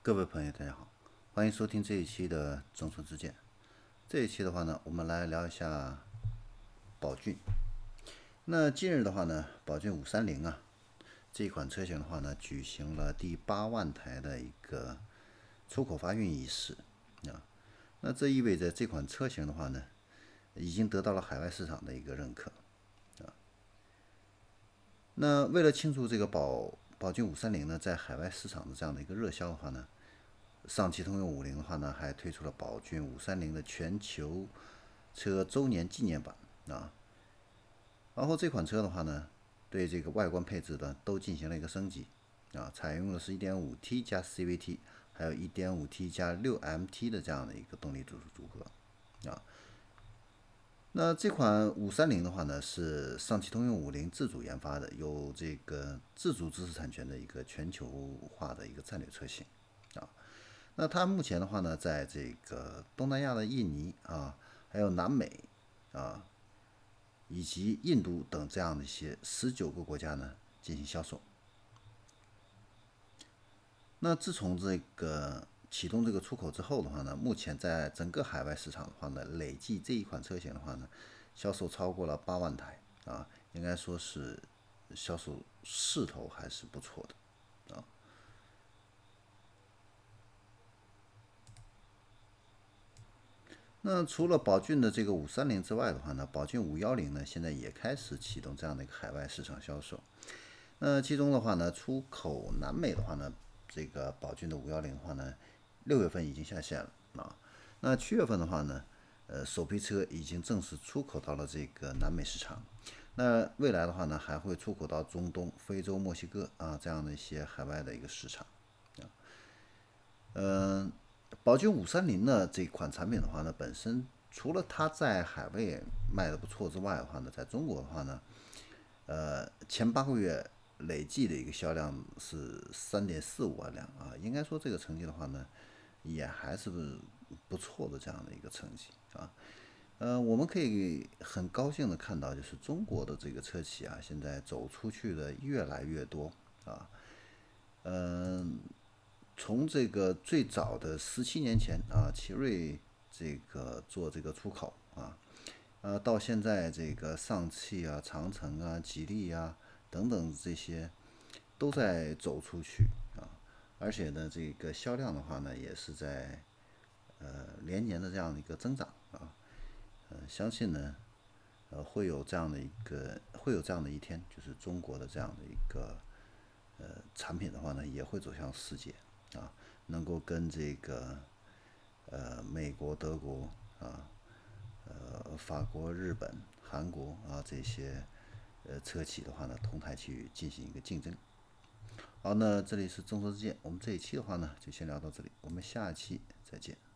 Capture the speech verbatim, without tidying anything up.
各位朋友，大家好，欢迎收听这一期的众说之见。这一期的话呢，我们来聊一下宝骏。那近日的话呢，宝骏五三零啊这一款车型的话呢，举行了第八万台的一个出口发运仪式啊。那这意味着这款车型的话呢，已经得到了海外市场的一个认可啊。那为了庆祝这个宝宝骏五三零呢，在海外市场的这样的一个热销的话呢，上汽通用五菱的话呢，还推出了宝骏五三零的全球车周年纪念版啊。然后这款车的话呢，对这个外观配置呢都进行了一个升级啊，采用的是 一点五 T 加 C V T， 还有 一点五 T 加 六 M T 的这样的一个动力组组合啊。那这款五三零的话呢，是上汽通用五菱自主研发的，有这个自主知识产权的一个全球化的一个战略车型啊。那它目前的话呢，在这个东南亚的印尼啊，还有南美啊，以及印度等这样的一些十九个国家呢进行销售。那自从这个启动这个出口之后的话呢，目前在整个海外市场的话呢，累计这一款车型的话呢，销售超过了八万台啊，应该说是销售势头还是不错的啊。那除了宝骏的这个五三零之外的话呢，宝骏五幺零呢现在也开始启动这样的一个海外市场销售。那其中的话呢，出口南美的话呢，这个宝骏的五幺零的话呢，六月份已经下线了啊。那七月份的话呢，呃，首批车已经正式出口到了这个南美市场。那未来的话呢，还会出口到中东、非洲、墨西哥啊这样的一些海外的一个市场。嗯、呃，宝骏五三零呢这款产品的话呢，本身除了它在海外卖的不错之外的话呢，在中国的话呢，呃，前八个月累计的一个销量是三点四五万辆啊，应该说这个成绩的话呢，也还是不错的这样的一个成绩啊。呃，我们可以很高兴的看到，就是中国的这个车企啊，现在走出去的越来越多啊。嗯、呃，从这个最早的十七年前啊，奇瑞这个做这个出口啊，呃，到现在这个上汽啊、长城啊、吉利啊等等这些都在走出去啊，而且呢，这个销量的话呢，也是在呃连年的这样的一个增长啊，呃，相信呢，呃，会有这样的一个会有这样的一天，就是中国的这样的一个呃产品的话呢，也会走向世界啊，能够跟这个呃美国、德国啊、呃法国、日本、韩国啊这些呃车企的话呢，同台去进行一个竞争。好，那这里是众说之见，我们这一期的话呢，就先聊到这里，我们下期再见。